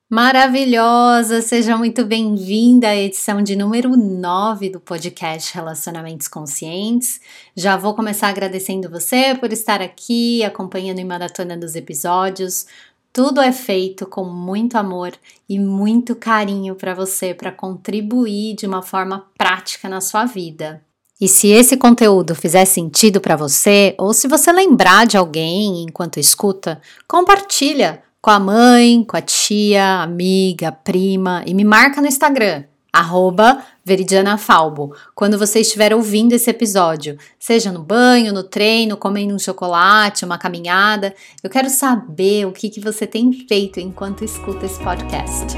Maravilhosa! Seja muito bem-vinda à edição de número 9 do podcast Relacionamentos Conscientes. Já vou começar agradecendo você por estar aqui, acompanhando e maratonando os episódios. Tudo é feito com muito amor e muito carinho para você, para contribuir de uma forma prática na sua vida. E se esse conteúdo fizer sentido para você, ou se você lembrar de alguém enquanto escuta, compartilha com a mãe, com a tia, amiga, prima e me marca no Instagram, @veridianafalbo, quando você estiver ouvindo esse episódio, seja no banho, no treino, comendo um chocolate, uma caminhada. Eu quero saber o que você tem feito enquanto escuta esse podcast.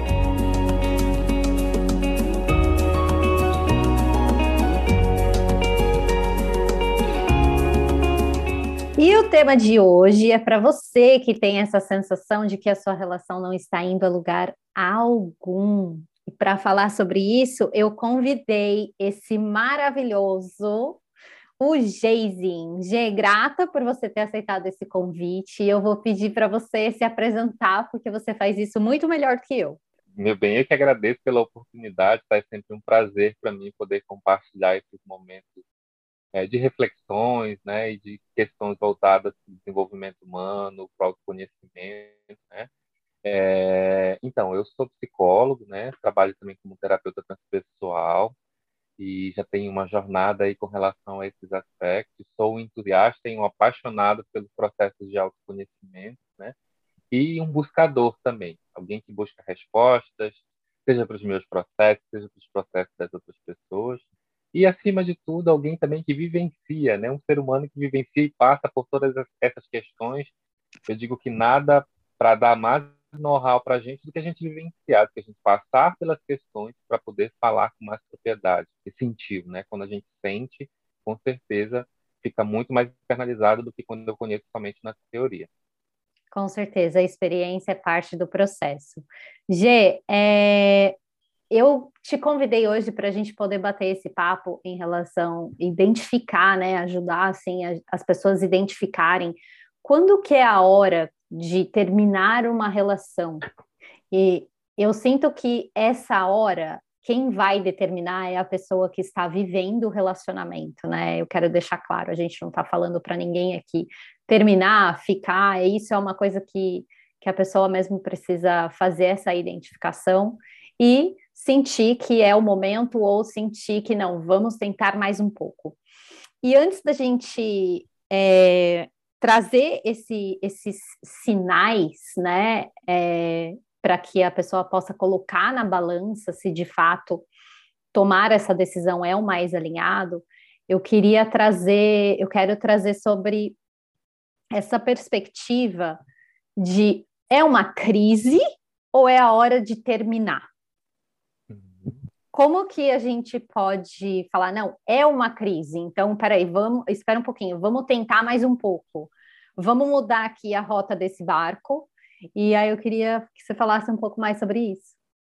E o tema de hoje é para você que tem essa sensação de que a sua relação não está indo a lugar algum. E para falar sobre isso, eu convidei esse maravilhoso, o Geizinho. Gê, grata por você ter aceitado esse convite. Eu vou pedir para você se apresentar, porque você faz isso muito melhor que eu. Meu bem, eu que agradeço pela oportunidade, tá? É sempre um prazer para mim poder compartilhar esses momentos de reflexões, né, e de questões voltadas para o desenvolvimento humano, para o autoconhecimento, né. Então, eu sou psicólogo, né, trabalho também como terapeuta transpessoal e já tenho uma jornada aí com relação a esses aspectos. Sou um entusiasta e um apaixonado pelos processos de autoconhecimento, né, e um buscador também, alguém que busca respostas, seja para os meus processos, seja para os processos das outras pessoas, e acima de tudo, alguém também que vivencia, né? Um ser humano que vivencia e passa por todas essas questões. Eu digo que nada para dar mais know-how para a gente do que a gente vivenciar, do que a gente passar pelas questões para poder falar com mais propriedade e sentir, né? Quando a gente sente, com certeza fica muito mais internalizado do que quando eu conheço somente na teoria. Com certeza, a experiência é parte do processo. Gê, eu te convidei hoje para a gente poder bater esse papo em relação a identificar, né, ajudar assim as pessoas a identificarem quando que é a hora de terminar uma relação. E eu sinto que essa hora, quem vai determinar é a pessoa que está vivendo o relacionamento, né? Eu quero deixar claro, a gente não está falando para ninguém aqui terminar, ficar, isso é uma coisa que a pessoa mesmo precisa fazer essa identificação e sentir que é o momento ou sentir que não, vamos tentar mais um pouco. E antes da gente trazer esses sinais, né, para que a pessoa possa colocar na balança se de fato tomar essa decisão é o mais alinhado, eu quero trazer sobre essa perspectiva de é uma crise ou é a hora de terminar? Como que a gente pode falar, não, é uma crise, então, peraí, espera um pouquinho, vamos tentar mais um pouco, vamos mudar aqui a rota desse barco, e aí eu queria que você falasse um pouco mais sobre isso.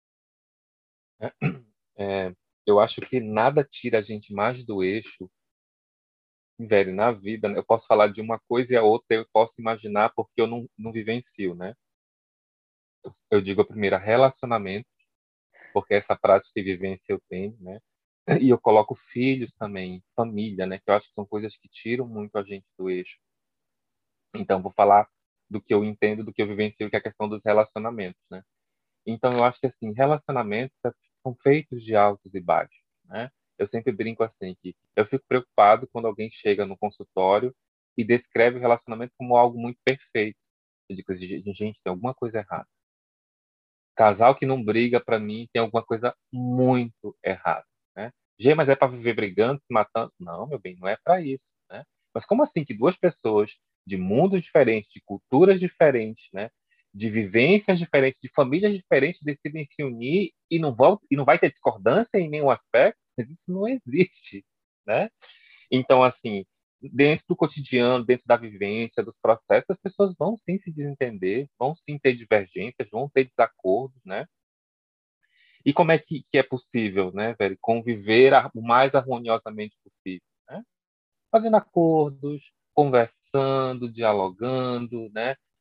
Eu acho que nada tira a gente mais do eixo, velho, na vida, né? Eu posso falar de uma coisa e a outra eu posso imaginar porque eu não vivencio, né? Eu digo a primeira, relacionamento, porque essa prática de vivência eu tenho, né? E eu coloco filhos também, família, né? Que eu acho que são coisas que tiram muito a gente do eixo. Então, vou falar do que eu entendo, do que eu vivencio, que é a questão dos relacionamentos, né? Então, eu acho que, assim, relacionamentos são feitos de altos e baixos, né? Eu sempre brinco assim, que eu fico preocupado quando alguém chega no consultório e descreve o relacionamento como algo muito perfeito. Eu digo, gente, tem alguma coisa errada. Casal que não briga, para mim, tem alguma coisa muito errada, né? Gê, mas é para viver brigando, se matando? Não, meu bem, não é para isso, né? Mas como assim que duas pessoas de mundos diferentes, de culturas diferentes, né? De vivências diferentes, de famílias diferentes, decidem se unir e não vai ter discordância em nenhum aspecto? Isso não existe, né? Então, assim, dentro do cotidiano, dentro da vivência, dos processos, as pessoas vão sim se desentender, vão sim ter divergências, vão ter desacordos, né? E como é que é possível, né, velho, conviver o mais harmoniosamente possível, né? Fazendo acordos, conversando, dialogando, né?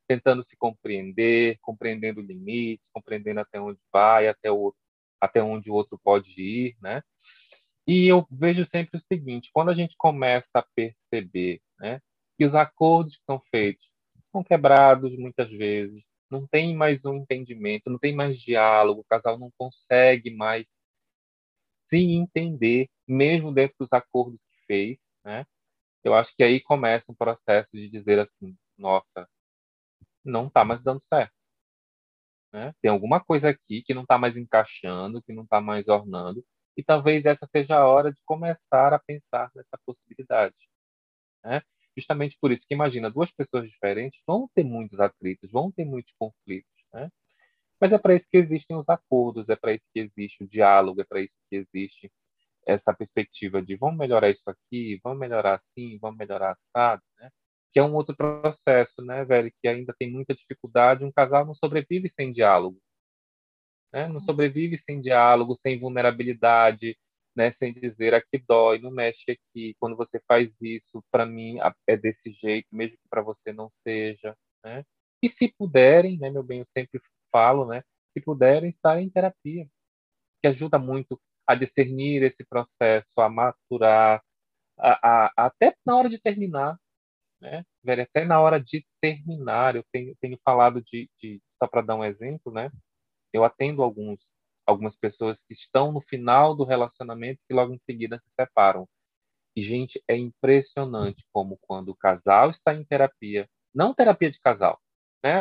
tentando se compreender, compreendendo limites, compreendendo até onde vai, até onde o outro pode ir, né? E eu vejo sempre o seguinte: quando a gente começa a perceber, né, que os acordos que são feitos são quebrados muitas vezes, não tem mais um entendimento, não tem mais diálogo, o casal não consegue mais se entender, mesmo dentro dos acordos que fez, né? Eu acho que aí começa um processo de dizer assim: nossa, não está mais dando certo, né? Tem alguma coisa aqui que não está mais encaixando, que não está mais ornando, e talvez essa seja a hora de começar a pensar nessa possibilidade, né? Justamente por isso que imagina, duas pessoas diferentes vão ter muitos atritos, vão ter muitos conflitos, né? Mas é para isso que existem os acordos, é para isso que existe o diálogo, é para isso que existe essa perspectiva de vamos melhorar isso aqui, vamos melhorar assim, vamos melhorar assado, né? Que é um outro processo, né, velho, que ainda tem muita dificuldade. Um casal não sobrevive sem diálogo, né? Não sobrevive sem diálogo, sem vulnerabilidade, né? Sem dizer aqui dói, não mexe aqui. Quando você faz isso, para mim é desse jeito, mesmo que para você não seja, né? E se puderem, né, meu bem, eu sempre falo, né? Se puderem, estar em terapia, que ajuda muito a discernir esse processo, a maturar, até na hora de terminar, né? Velho, até na hora de terminar, eu tenho falado só para dar um exemplo, né? Eu atendo algumas pessoas que estão no final do relacionamento e logo em seguida se separam. E, gente, é impressionante como quando o casal está em terapia, não terapia de casal, né?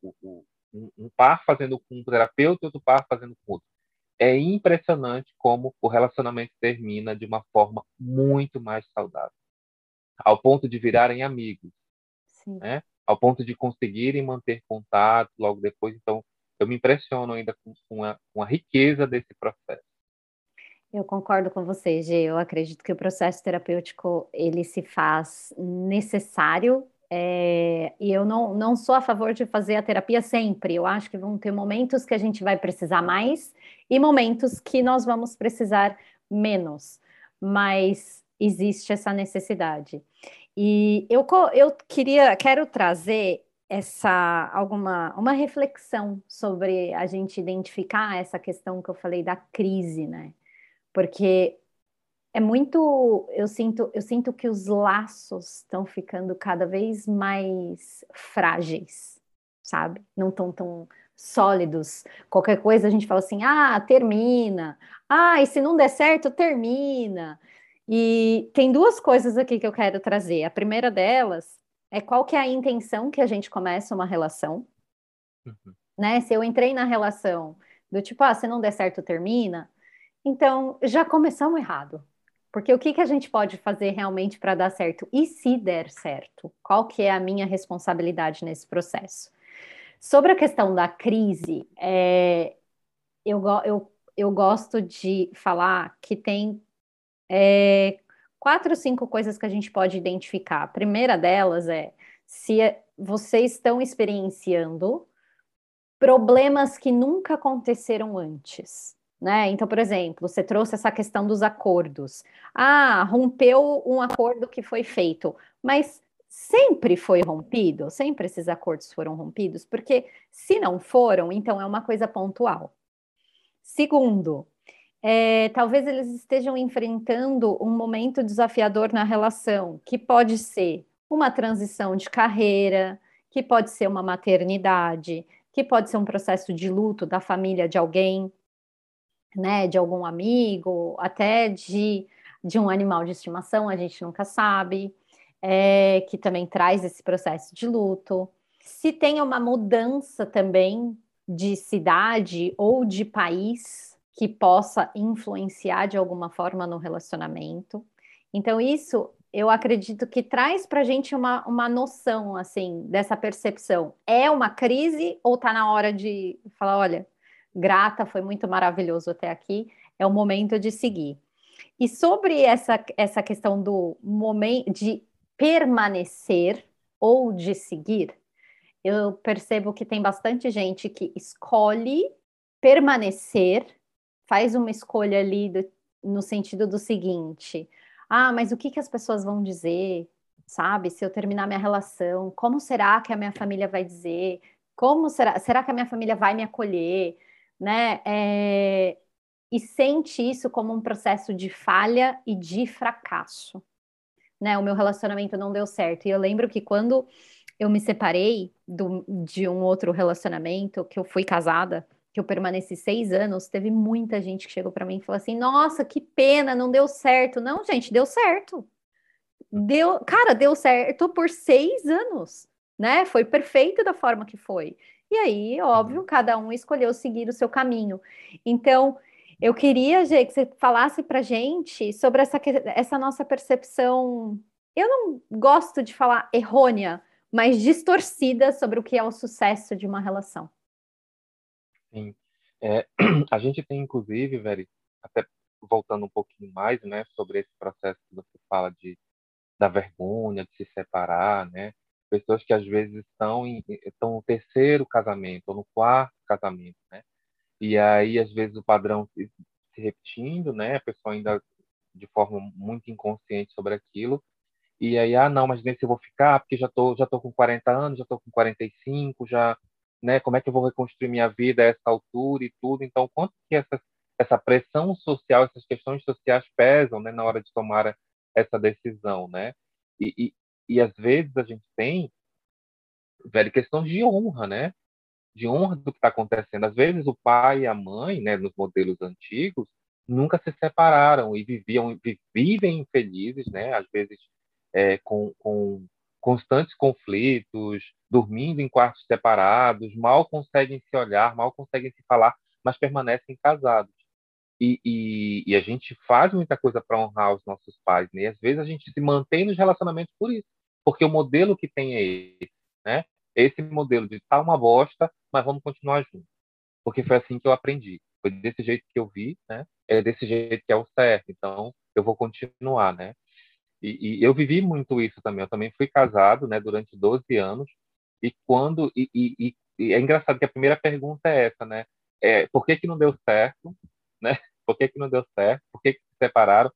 Um par fazendo com um terapeuta e outro par fazendo com outro. É impressionante como o relacionamento termina de uma forma muito mais saudável, ao ponto de virarem amigos, Sim. né? Ao ponto de conseguirem manter contato logo depois. Então, eu me impressiono ainda com a riqueza desse processo. Eu concordo com você, Gê. Eu acredito que o processo terapêutico ele se faz necessário, e eu não sou a favor de fazer a terapia sempre. Eu acho que vão ter momentos que a gente vai precisar mais e momentos que nós vamos precisar menos, mas existe essa necessidade. E quero trazer uma reflexão sobre a gente identificar essa questão que eu falei da crise, né? Porque é muito, eu sinto que os laços estão ficando cada vez mais frágeis, sabe? Não estão tão sólidos. Qualquer coisa a gente fala assim: "Ah, termina. Ah, e se não der certo, termina". E tem duas coisas aqui que eu quero trazer. A primeira delas é qual que é a intenção que a gente começa uma relação, Uhum. né? Se eu entrei na relação do tipo: "Ah, se não der certo, termina". Então, já começamos errado. Porque o que que a gente pode fazer realmente para dar certo? E se der certo? Qual que é a minha responsabilidade nesse processo? Sobre a questão da crise, eu gosto de falar que tem quatro ou cinco coisas que a gente pode identificar. A primeira delas é se vocês estão experienciando problemas que nunca aconteceram antes, né? Então, por exemplo, você trouxe essa questão dos acordos. Ah, rompeu um acordo que foi feito, mas sempre foi rompido? Sempre esses acordos foram rompidos? Porque se não foram, então é uma coisa pontual. Segundo, talvez eles estejam enfrentando um momento desafiador na relação, que pode ser uma transição de carreira, que pode ser uma maternidade, que pode ser um processo de luto da família de alguém, né, de algum amigo, até de um animal de estimação, a gente nunca sabe, que também traz esse processo de luto. Se tem uma mudança também de cidade ou de país que possa influenciar de alguma forma no relacionamento. Então, isso eu acredito que traz para a gente uma noção assim dessa percepção. É uma crise ou está na hora de falar, olha, grata, foi muito maravilhoso até aqui, é o momento de seguir. E sobre essa questão do momento de permanecer ou de seguir, eu percebo que tem bastante gente que escolhe permanecer, faz uma escolha ali no sentido do seguinte: ah, mas o que que as pessoas vão dizer? sabe? Se eu terminar minha relação, como será que a minha família vai dizer? Como será que a minha família vai me acolher, né? E sente isso como um processo de falha e de fracasso, né? O meu relacionamento não deu certo. E eu lembro que quando eu me separei de um outro relacionamento, que eu fui casada, que eu permaneci 6 anos, teve muita gente que chegou para mim e falou assim: Nossa, que pena, não deu certo. Não, gente, deu certo. Cara, deu certo por 6 anos, né? Foi perfeito da forma que foi. E aí, óbvio, Uhum. cada um escolheu seguir o seu caminho. Então, eu queria, Gê, que você falasse pra gente sobre essa nossa percepção. Eu não gosto de falar errônea, mas distorcida sobre o que é o sucesso de uma relação. Sim. É, a gente tem, inclusive, velho, até voltando um pouquinho mais, né, sobre esse processo que você fala da vergonha de se separar, né? Pessoas que às vezes estão no terceiro casamento ou no quarto casamento, né? E aí às vezes o padrão se repetindo, né? A pessoa ainda de forma muito inconsciente sobre aquilo. E aí, não, mas nesse eu vou ficar porque já tô com 40 anos, já tô com 45, já, né? Como é que eu vou reconstruir minha vida a essa altura e tudo? Então, quanto que essa pressão social, essas questões sociais pesam, né, na hora de tomar essa decisão, né? E, e, e às vezes a gente tem, velho, questão de honra, né? De honra do que está acontecendo. Às vezes o pai e a mãe, né, nos modelos antigos, nunca se separaram e vivem infelizes, né? Às vezes com constantes conflitos, dormindo em quartos separados, mal conseguem se olhar, mal conseguem se falar, mas permanecem casados. E a gente faz muita coisa para honrar os nossos pais, né? E às vezes a gente se mantém nos relacionamentos por isso, porque o modelo que tem é esse, né? Esse modelo de tá uma bosta, mas vamos continuar juntos, porque foi assim que eu aprendi, foi desse jeito que eu vi, né? É desse jeito que é o certo, então eu vou continuar, né? E eu vivi muito isso também. Eu também fui casado, né, durante 12 anos. E quando e é engraçado que a primeira pergunta é essa, né? Por que que não deu certo, né? Por que que não deu certo? Por que que se separaram?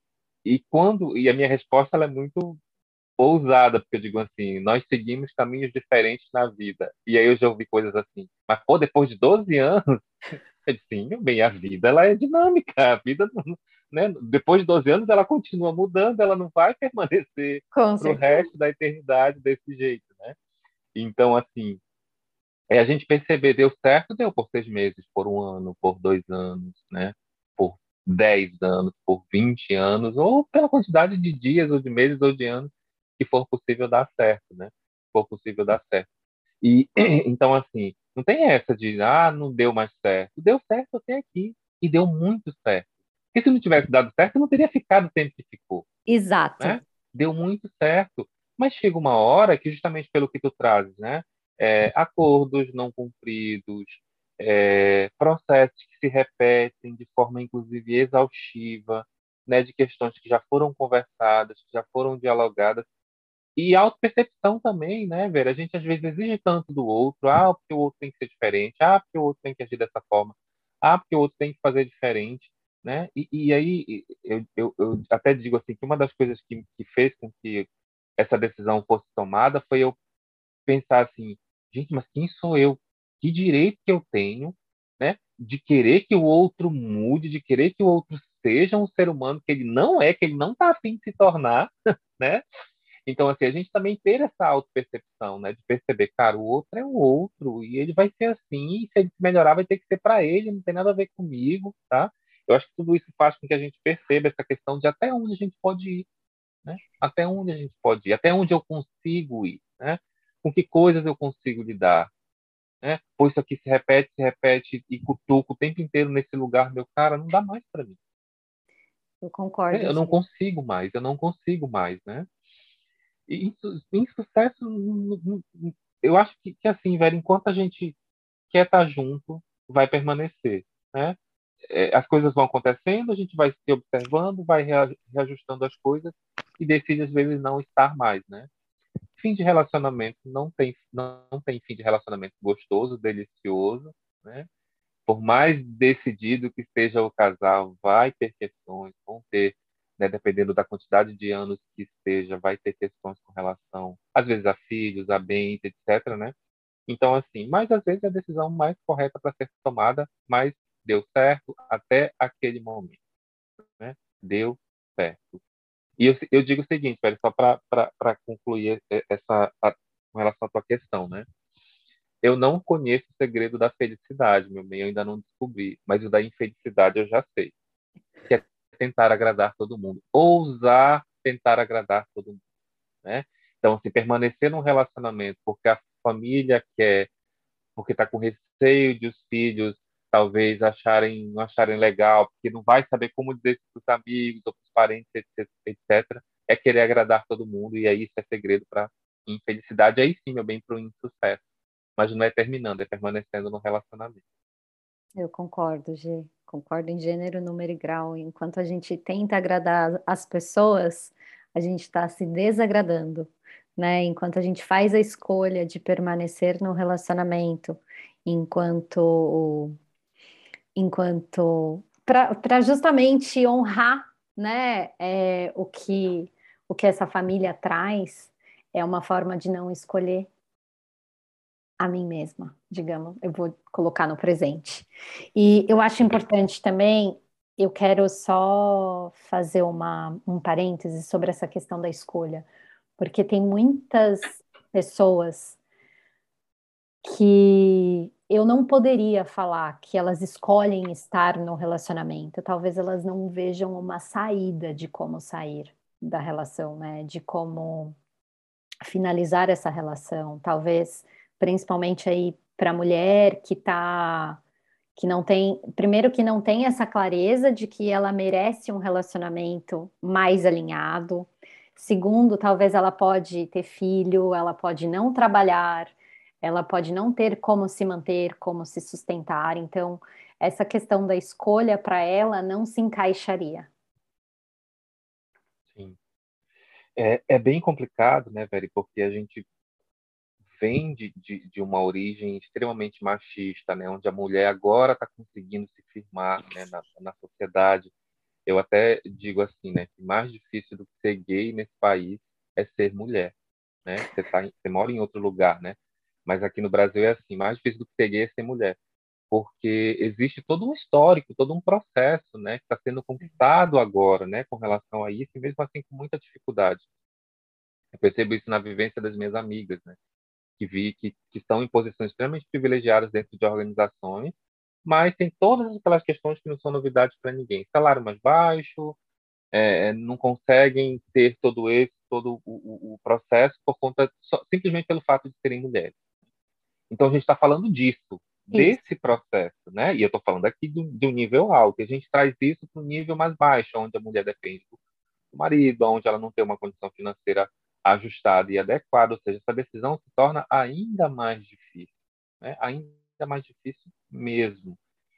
E a minha resposta ela é muito ousada, porque eu digo assim, nós seguimos caminhos diferentes na vida. E aí eu já ouvi coisas assim, mas pô, depois de 12 anos, sim, meu bem, a vida ela é dinâmica, a vida, né, depois de 12 anos ela continua mudando, ela não vai permanecer Com para o certeza. resto da eternidade desse jeito, né? Então, assim, a gente perceber, deu certo, deu por 6 meses, por um ano, por 2 anos, né? Por 10 anos, por 20 anos, ou pela quantidade de dias, ou de meses, ou de anos que for possível dar certo, né? For possível dar certo. E então, assim, não tem essa de, não deu mais certo. Deu certo até aqui. E deu muito certo. Porque se não tivesse dado certo, não teria ficado o tempo que ficou, Exato. né? Deu muito certo. Mas chega uma hora que, justamente pelo que tu trazes, né? Acordos não cumpridos, processos que se repetem de forma, inclusive, exaustiva, né? De questões que já foram conversadas, que já foram dialogadas, e autopercepção também, né, velho? A gente às vezes exige tanto do outro, porque o outro tem que ser diferente, porque o outro tem que agir dessa forma, porque o outro tem que fazer diferente, né? E aí eu até digo assim que uma das coisas que fez com que essa decisão fosse tomada foi eu pensar assim, gente, mas quem sou eu? Que direito que eu tenho, né, de querer que o outro mude, de querer que o outro seja um ser humano que ele não é, que ele não está afim de se tornar, né? Então, assim, a gente também ter essa autopercepção, né? De perceber, cara, o outro é o outro e ele vai ser assim, e se ele se melhorar, vai ter que ser para ele, não tem nada a ver comigo, tá? Eu acho que tudo isso faz com que a gente perceba essa questão de até onde a gente pode ir, né? Até onde a gente pode ir, até onde eu consigo ir, né? Com que coisas eu consigo lidar, né? Pois isso aqui se repete e cutuca o tempo inteiro nesse lugar, meu cara, não dá mais para mim. Eu concordo, Eu não Gê. consigo mais, eu não consigo mais, né? E em sucesso, eu acho que assim, velho, enquanto a gente quer estar junto, vai permanecer, né? As coisas vão acontecendo, a gente vai se observando, vai reajustando as coisas e decide às vezes não estar mais, né? Fim de relacionamento não tem fim de relacionamento gostoso, delicioso, né? Por mais decidido que seja o casal, vai ter questões, vão ter né? Dependendo da quantidade de anos que seja, vai ter questões com relação, às vezes, a filhos, a bens, etc., né? Então, assim, mas às vezes é a decisão mais correta para ser tomada, mas deu certo até aquele momento, né? Deu certo. E eu digo o seguinte, velho, só para concluir com relação à tua questão, né? Eu não conheço o segredo da felicidade, meu bem, eu ainda não descobri, mas o da infelicidade eu já sei, que é tentar agradar todo mundo, ousar tentar agradar todo mundo, né? Então, se permanecer num relacionamento porque a família quer, porque está com receio de os filhos talvez não acharem legal, porque não vai saber como dizer isso para os amigos ou para os parentes, etc., é querer agradar todo mundo, e aí isso é segredo para infelicidade, aí sim, meu bem, para o insucesso. Mas não é terminando, é permanecendo no relacionamento. Eu concordo, Gê. Concordo em gênero, número e grau. Enquanto a gente tenta agradar as pessoas, a gente está se desagradando, né? Enquanto a gente faz a escolha de permanecer no relacionamento, enquanto, enquanto, para justamente honrar, né, o que essa família traz, é uma forma de não escolher a mim mesma, digamos, eu vou colocar no presente. E eu acho importante também, eu quero só fazer um parêntese sobre essa questão da escolha, porque tem muitas pessoas que eu não poderia falar que elas escolhem estar no relacionamento, talvez elas não vejam uma saída de como sair da relação, né? De como finalizar essa relação, talvez principalmente aí para a mulher que não tem, primeiro que não tem essa clareza de que ela merece um relacionamento mais alinhado. Segundo, talvez ela pode ter filho, ela pode não trabalhar, ela pode não ter como se manter, como se sustentar. Então, essa questão da escolha para ela não se encaixaria. Sim. É bem complicado, né, velho, porque a gente vem de uma origem extremamente machista, né, onde a mulher agora está conseguindo se firmar, né, na sociedade. Eu até digo assim, né, que mais difícil do que ser gay nesse país é ser mulher, né? Você mora em outro lugar, né? Mas aqui no Brasil é assim, mais difícil do que ser gay é ser mulher, porque existe todo um histórico, todo um processo, né, que está sendo conquistado agora, né, com relação a isso, e mesmo assim com muita dificuldade. Eu percebo isso na vivência das minhas amigas, né? Que estão em posições extremamente privilegiadas dentro de organizações, mas tem todas aquelas questões que não são novidades para ninguém. Salário mais baixo, não conseguem ter todo o processo por conta, simplesmente pelo fato de serem mulheres. Então a gente está falando disso, Isso. desse processo, né? E eu estou falando aqui de um nível alto, e a gente traz isso para um nível mais baixo, onde a mulher depende do marido, onde ela não tem uma condição financeira ajustada e adequada, ou seja, essa decisão se torna ainda mais difícil, né? Ainda mais difícil mesmo.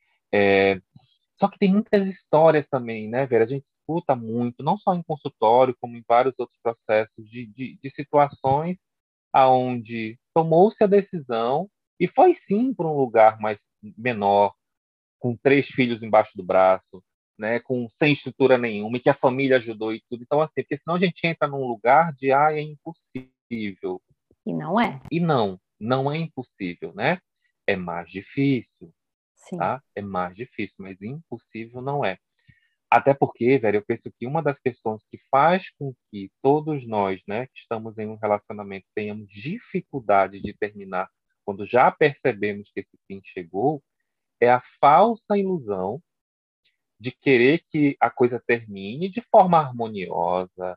Só que tem muitas histórias também, né, Vera? A gente escuta muito, não só em consultório, como em vários outros processos, de situações aonde tomou-se a decisão e foi sim para um lugar mais menor, com três filhos embaixo do braço, né, sem estrutura nenhuma, e que a família ajudou e tudo. Então, assim, porque senão a gente entra num lugar de, é impossível. E não é. E não é impossível, né? É mais difícil, Sim. tá? É mais difícil, mas impossível não é. Até porque, velho, eu penso que uma das questões que faz com que todos nós, né, que estamos em um relacionamento, tenhamos dificuldade de terminar quando já percebemos que esse fim chegou, é a falsa ilusão de querer que a coisa termine de forma harmoniosa,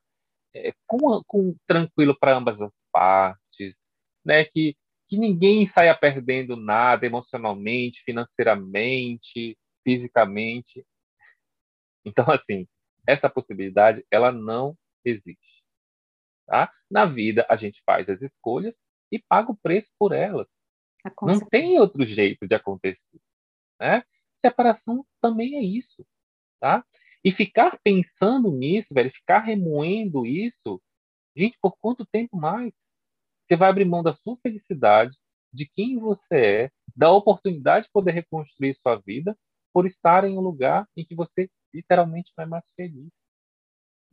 tranquilo para ambas as partes, né, que ninguém saia perdendo nada emocionalmente, financeiramente, fisicamente. Então, assim, essa possibilidade, ela não existe, tá? Na vida, a gente faz as escolhas e paga o preço por elas. A Não consequência. tem outro jeito de acontecer, né? Separação também é isso, tá? E ficar pensando nisso, velho, ficar remoendo isso, gente, por quanto tempo mais? Você vai abrir mão da sua felicidade, de quem você é, da oportunidade de poder reconstruir sua vida por estar em um lugar em que você literalmente não é mais feliz.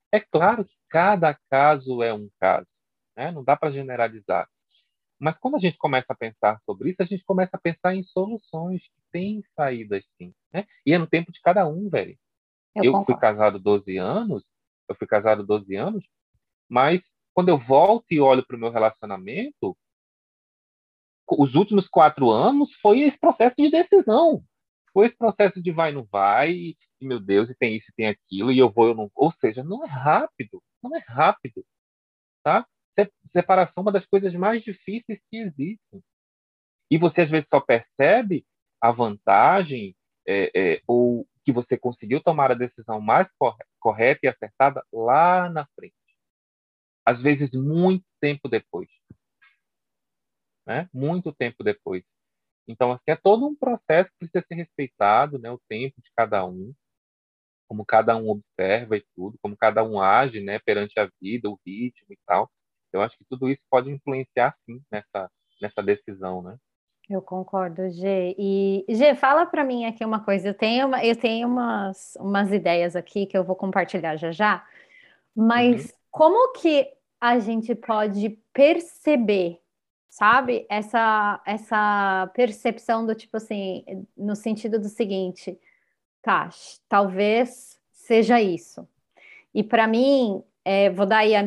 É claro que cada caso é um caso, né? Não dá para generalizar. Mas quando a gente começa a pensar sobre isso, a gente começa a pensar em soluções que têm saídas, sim, né? E é no tempo de cada um, velho. Eu Eu fui concordo. casado 12 anos, eu fui casado 12 anos, mas quando eu volto e olho para o meu relacionamento, os últimos 4 anos foi esse processo de decisão. Foi esse processo de vai, não vai, e meu Deus, e tem isso, e tem aquilo, e eu vou, eu não. Ou seja, não é rápido, não é rápido, tá? Separação é uma das coisas mais difíceis que existem. E você às vezes só percebe a vantagem ou que você conseguiu tomar a decisão mais correta e acertada lá na frente. Às vezes muito tempo depois, né? Muito tempo depois. Então, assim, é todo um processo que precisa ser respeitado, né? O tempo de cada um, como cada um observa e tudo, como cada um age, né? Perante a vida, o ritmo e tal. Eu acho que tudo isso pode influenciar, sim, nessa decisão, né? Eu concordo, G. E, G, fala para mim aqui uma coisa. Eu tenho umas ideias aqui que eu vou compartilhar já já, Uhum, mas como que a gente pode perceber, sabe, essa percepção do tipo assim, no sentido do seguinte, tá, talvez seja isso. E para mim, vou dar aí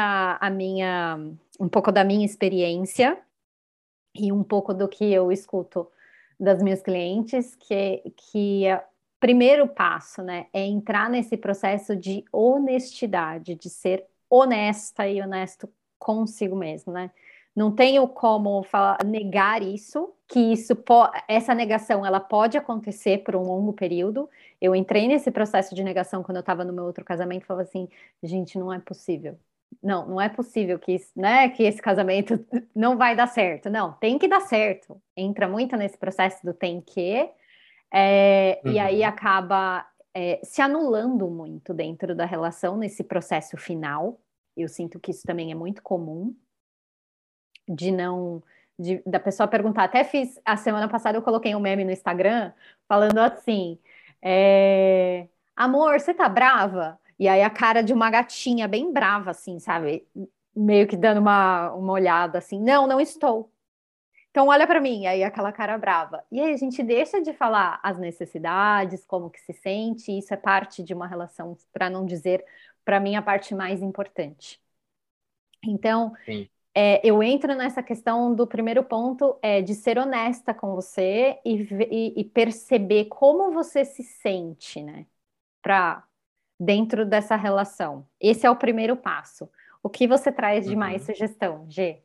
um pouco da minha experiência e um pouco do que eu escuto das minhas clientes, que é, primeiro passo, né, é entrar nesse processo de honestidade, de ser honesta e honesto consigo mesmo, né? Não tenho como negar isso, que essa negação ela pode acontecer por um longo período. Eu entrei nesse processo de negação quando eu estava no meu outro casamento e falava assim, gente, não é possível. Não, não é possível né, que esse casamento não vai dar certo. Não, tem que dar certo. Entra muito nesse processo do tem que, e aí uhum, acaba se anulando muito dentro da relação nesse processo final. Eu sinto que isso também é muito comum, de não. Da pessoa perguntar. Até fiz, a semana passada eu coloquei um meme no Instagram falando assim: Amor, você tá brava? E aí a cara de uma gatinha bem brava, assim, sabe? Meio que dando uma olhada assim: Não, não estou. Então olha pra mim, aí aquela cara brava. E aí a gente deixa de falar as necessidades, como que se sente, isso é parte de uma relação, para não dizer, para mim, a parte mais importante. Então, sim. eu entro nessa questão do primeiro ponto, de ser honesta com você e perceber como você se sente, né? Para dentro dessa relação. Esse é o primeiro passo. O que você traz de mais Uhum. sugestão, G?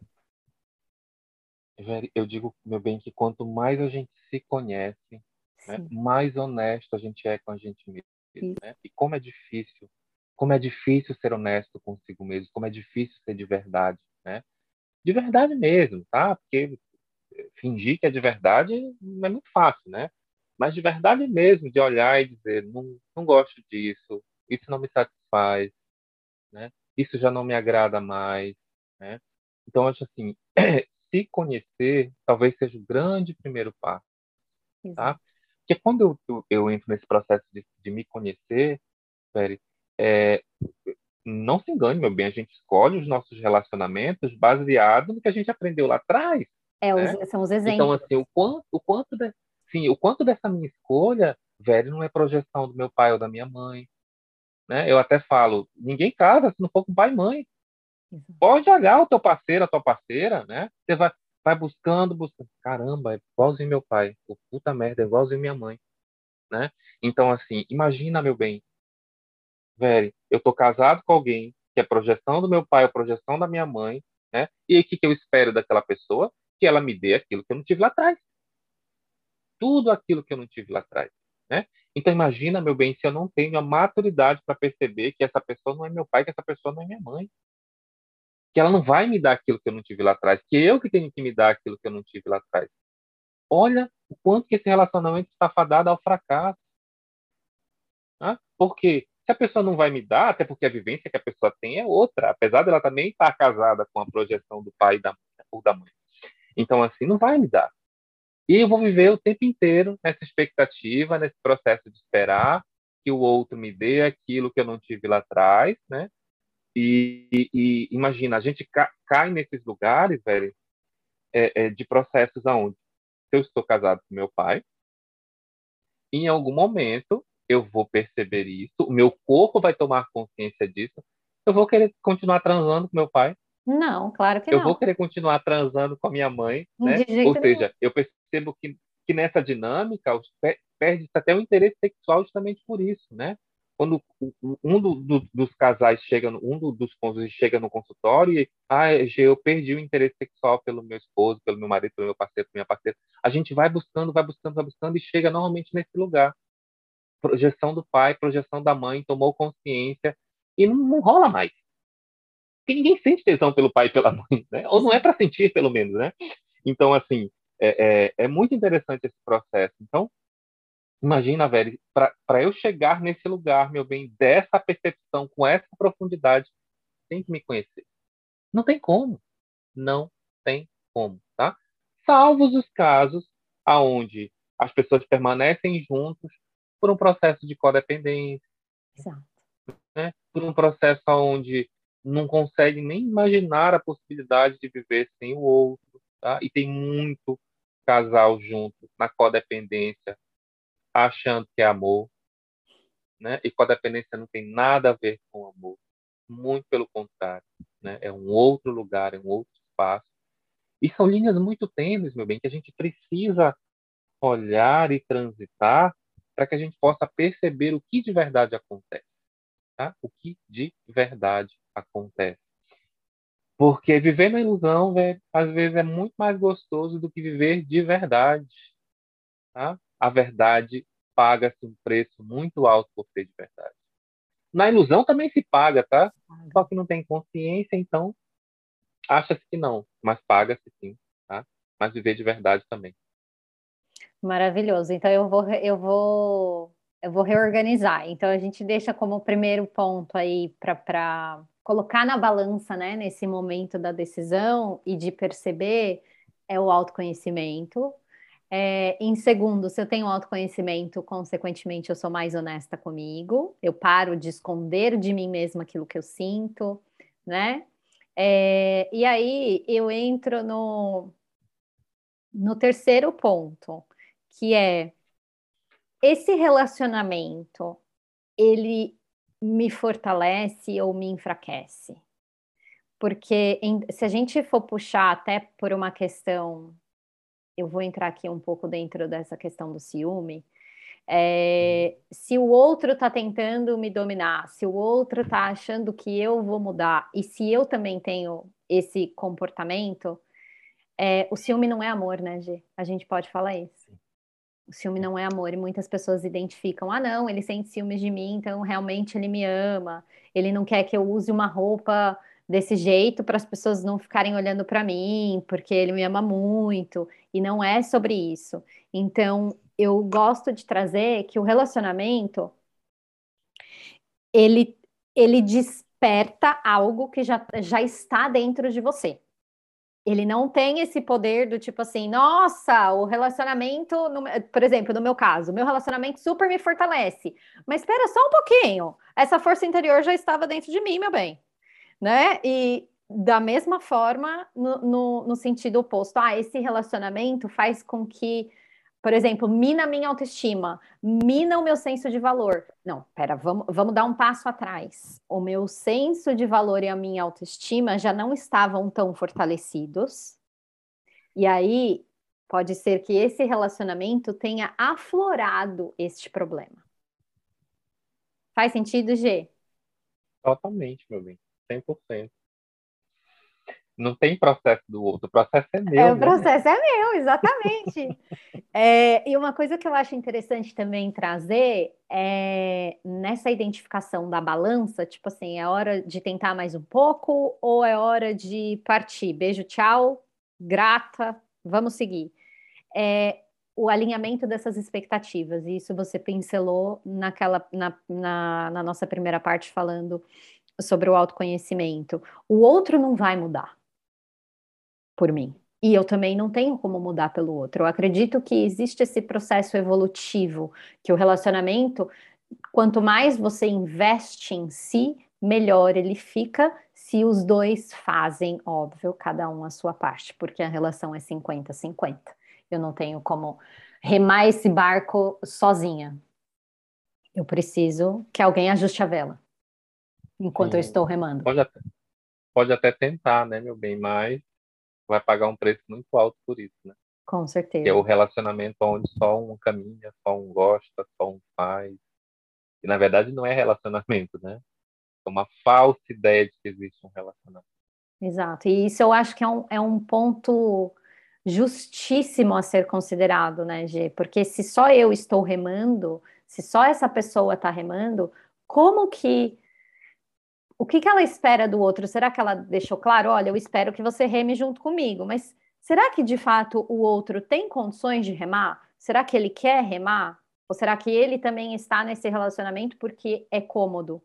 Eu digo, meu bem, que quanto mais a gente se conhece, né, Sim, mais honesto a gente é com a gente mesmo, isso. né? E como é difícil ser honesto consigo mesmo, como é difícil ser de verdade, né? De verdade mesmo, tá? Porque fingir que é de verdade é muito fácil, né? Mas de verdade mesmo, de olhar e dizer, não, não gosto disso, isso não me satisfaz, né? Isso já não me agrada mais, né? Então, acho assim, se conhecer talvez seja o grande primeiro passo, tá? Exato. Porque quando eu entro nesse processo de me conhecer, Peri, é, não se engane, meu bem, a gente escolhe os nossos relacionamentos baseado no que a gente aprendeu lá atrás, né? São os Então, exemplos. assim, o quanto dessa minha escolha, velho, não é projeção do meu pai ou da minha mãe, né? Eu até falo, ninguém casa se não for com pai e mãe. Exato. Pode olhar o teu parceiro, a tua parceira, né? Você vai buscando, buscando. Caramba, é igualzinho meu pai. Pô, puta merda, é igualzinho minha mãe, né? Então, assim, imagina, meu bem, velho, eu tô casado com alguém que é projeção do meu pai ou projeção da minha mãe, né? E aí, o que que eu espero daquela pessoa? Que ela me dê aquilo que eu não tive lá atrás. Tudo aquilo que eu não tive lá atrás, né? Então, imagina, meu bem, se eu não tenho a maturidade para perceber que essa pessoa não é meu pai, que essa pessoa não é minha mãe, que ela não vai me dar aquilo que eu não tive lá atrás, que eu que tenho que me dar aquilo que eu não tive lá atrás. Olha o quanto que esse relacionamento está fadado ao fracasso, né? Porque se a pessoa não vai me dar, até porque a vivência que a pessoa tem é outra, apesar dela também estar casada com a projeção do pai e ou da mãe. Então, assim, não vai me dar. E eu vou viver o tempo inteiro nessa expectativa, nesse processo de esperar. que o outro me dê aquilo que eu não tive lá atrás, né? E imagina, a gente cai nesses lugares, velho, de processos aonde se eu estou casado com meu pai, em algum momento eu vou perceber isso, o meu corpo vai tomar consciência disso, eu vou querer continuar transando com meu pai, Não, claro que eu vou não. querer continuar transando com a minha mãe, né? De Ou jeito nenhum. seja, eu percebo que nessa dinâmica perde-se até o interesse sexual justamente por isso, né? Quando um dos casais chega, dos cônjuges chega no consultório e, eu perdi o interesse sexual pelo meu esposo, pelo meu marido, pelo meu parceiro, pela minha parceira, a gente vai buscando, vai buscando, vai buscando e chega normalmente nesse lugar. Projeção do pai, projeção da mãe, tomou consciência e não rola mais. Porque ninguém sente tesão pelo pai e pela mãe, né? Ou não é para sentir, pelo menos, né? Então, assim, é muito interessante esse processo. Então, imagina, velho, para eu chegar nesse lugar, meu bem, dessa percepção, com essa profundidade, tem que me conhecer. Não tem como. Não tem como, tá? Salvos os casos aonde as pessoas permanecem juntos por um processo de codependência, Exato. né? Por um processo onde não consegue nem imaginar a possibilidade de viver sem o outro, tá? E tem muito casal junto na codependência, achando que é amor, né? E codependência não tem nada a ver com amor, muito pelo contrário, né? É um outro lugar, é um outro espaço. E são linhas muito tênues, meu bem, que a gente precisa olhar e transitar para que a gente possa perceber o que de verdade acontece, tá? O que de verdade acontece. Porque viver na ilusão, velho, às vezes é muito mais gostoso do que viver de verdade, tá? A verdade paga-se um preço muito alto por ser de verdade. Na ilusão também se paga, tá? Só que não tem consciência, então acha-se que não, mas paga-se sim, tá? Mas viver de verdade também. Maravilhoso. Então eu vou reorganizar. Então a gente deixa como primeiro ponto aí para colocar na balança, né, nesse momento da decisão e de perceber é o autoconhecimento. Em segundo, se eu tenho autoconhecimento, consequentemente eu sou mais honesta comigo. Eu paro de esconder de mim mesma aquilo que eu sinto, né? E aí eu entro no terceiro ponto, que é esse relacionamento, ele me fortalece ou me enfraquece? Porque se a gente for puxar até por uma questão, eu vou entrar aqui um pouco dentro dessa questão do ciúme. Uhum. Se o outro está tentando me dominar, se o outro está achando que eu vou mudar, e se eu também tenho esse comportamento, o ciúme não é amor, né, Gê? A gente pode falar isso. O ciúme não é amor, e muitas pessoas identificam, não, ele sente ciúmes de mim, então realmente ele me ama, ele não quer que eu use uma roupa desse jeito para as pessoas não ficarem olhando para mim, porque ele me ama muito, e não é sobre isso. Então, eu gosto de trazer que o relacionamento, ele, ele desperta algo que já está dentro de você. Ele não tem esse poder do tipo assim, nossa, o relacionamento, por exemplo, no meu caso, meu relacionamento super me fortalece. Mas espera só um pouquinho. Essa força interior já estava dentro de mim, meu bem, né? E da mesma forma, no sentido oposto, esse relacionamento faz com que, por exemplo, mina a minha autoestima, mina o meu senso de valor. Não, pera, vamos dar um passo atrás. O meu senso de valor e a minha autoestima já não estavam tão fortalecidos. E aí, pode ser que esse relacionamento tenha aflorado este problema. Faz sentido, G? Totalmente, meu bem. 100%. Não tem processo do outro, o processo é É, meu, o né? processo é meu, exatamente. E uma coisa que eu acho interessante também trazer é nessa identificação da balança, tipo assim, é hora de tentar mais um pouco ou é hora de partir? Beijo, tchau, grata, vamos seguir. O alinhamento dessas expectativas, e isso você pincelou na nossa primeira parte falando sobre o autoconhecimento. O outro não vai mudar por mim. E eu também não tenho como mudar pelo outro. Eu acredito que existe esse processo evolutivo, que o relacionamento Quanto mais você investe em si, melhor ele fica, se os dois fazem, óbvio, cada um a sua parte, porque a relação é 50-50. Eu não tenho como remar esse barco sozinha. Eu preciso que alguém ajuste a vela enquanto eu estou Sim. remando. Pode até, pode até tentar, né, meu bem, mas vai pagar um preço muito alto por isso, né? Com Que é o certeza. relacionamento onde só um caminha, só um gosta, só um faz. E na verdade não é relacionamento, né? É uma falsa ideia de que existe um relacionamento. Exato. E isso eu acho que é um ponto justíssimo a ser considerado, né, Gê? Porque se só eu estou remando, se só essa pessoa está remando, como que. O que que ela espera do outro? Será que ela deixou claro? Olha, eu espero que você reme junto comigo, mas será que de fato o outro tem condições de remar? Será que ele quer remar? Ou será que ele também está nesse relacionamento porque é cômodo?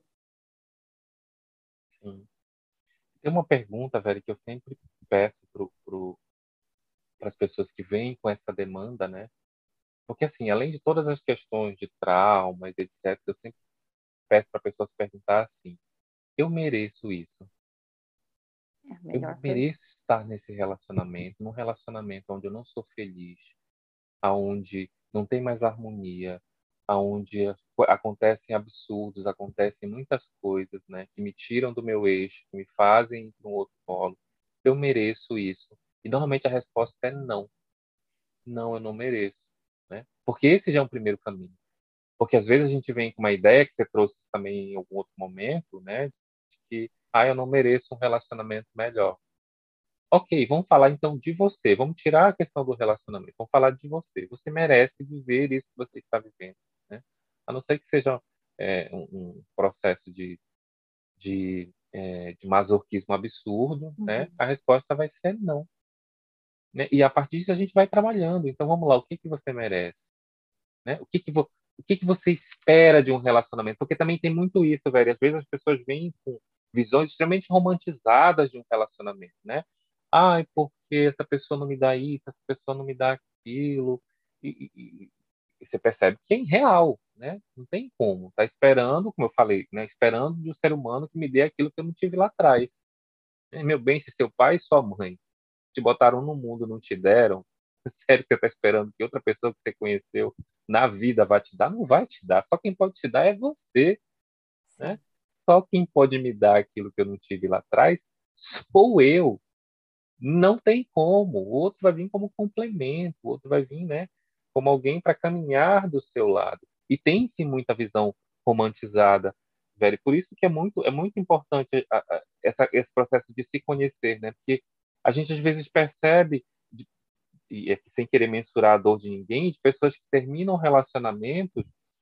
Sim. Tem uma pergunta, velho, que eu sempre peço para as pessoas que vêm com essa demanda, né? Porque, assim, além de todas as questões de traumas, etc., eu sempre peço para a pessoa se perguntar assim: eu mereço isso? É a Eu melhor pergunta. mereço estar nesse relacionamento, num relacionamento onde eu não sou feliz, aonde não tem mais harmonia, aonde acontecem absurdos, acontecem muitas coisas, né, que me tiram do meu eixo, que me fazem ir para um outro polo. Eu mereço isso. E normalmente a resposta é não. Não, eu não mereço, né? Porque esse já é um primeiro caminho. Porque às vezes a gente vem com uma ideia que você trouxe também em algum outro momento, né, de que eu não mereço um relacionamento melhor. Ok, vamos falar então de você. Vamos tirar a questão do relacionamento. Vamos falar de você. Você merece viver isso que você está vivendo, né? A não ser que seja um processo de masoquismo absurdo, né? Uhum. A resposta vai ser não, né? E a partir disso a gente vai trabalhando. Então vamos lá, o que que você merece, né? O que que você espera de um relacionamento? Porque também tem muito isso, velho. Às vezes as pessoas vêm com visões extremamente romantizadas de um relacionamento, né? Ai, porque essa pessoa não me dá isso, essa pessoa não me dá aquilo. E você percebe que é irreal, né? Não tem como. Tá esperando, como eu falei, né? Esperando de um ser humano que me dê aquilo que eu não tive lá atrás. Meu bem, se seu pai e sua mãe te botaram no mundo, não te deram, sério que você está esperando que outra pessoa que você conheceu na vida vai te dar? Não vai te dar. Só quem pode te dar é você, né? Sim. Só quem pode me dar aquilo que eu não tive lá atrás sou eu. Não tem como. O outro vai vir como complemento, o outro vai vir, né, como alguém para caminhar do seu lado. E tem sim muita visão romantizada, velho. Por isso que é muito importante esse processo de se conhecer, né? Porque a gente às vezes percebe sem querer mensurar a dor de ninguém, de pessoas que terminam relacionamentos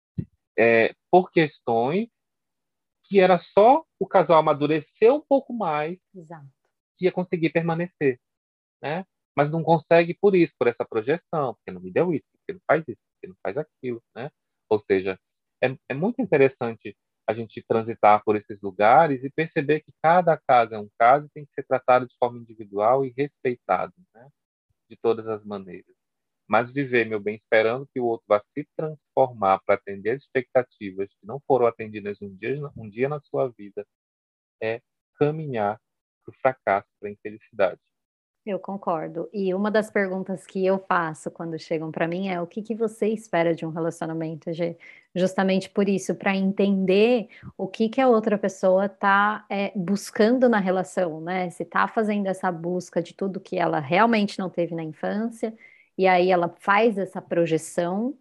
por questões que era só o casal amadurecer um pouco mais Exato. que ia conseguir permanecer, né? Mas não consegue por isso, por essa projeção, porque não me deu isso, porque não faz isso, porque não faz aquilo, né? Ou seja, é muito interessante a gente transitar por esses lugares e perceber que cada caso é um caso e tem que ser tratado de forma individual e respeitado, né? De todas as maneiras. Mas viver, meu bem, esperando que o outro vá se transformar para atender as expectativas que não foram atendidas um dia na sua vida, é caminhar para o fracasso, para a infelicidade. Eu concordo. E uma das perguntas que eu faço quando chegam para mim é: o que que você espera de um relacionamento, Gê? Justamente por isso, para entender o que que a outra pessoa está buscando na relação, né? Se está fazendo essa busca de tudo que ela realmente não teve na infância, e aí ela faz essa projeção,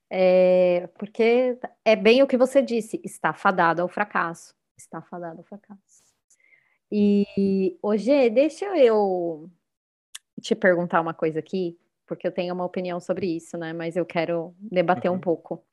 porque é bem o que você disse, está fadado ao fracasso. Está fadado ao fracasso. E, Gê, deixa eu te perguntar uma coisa aqui, porque eu tenho uma opinião sobre isso, né? Mas eu quero debater um Uhum. pouco.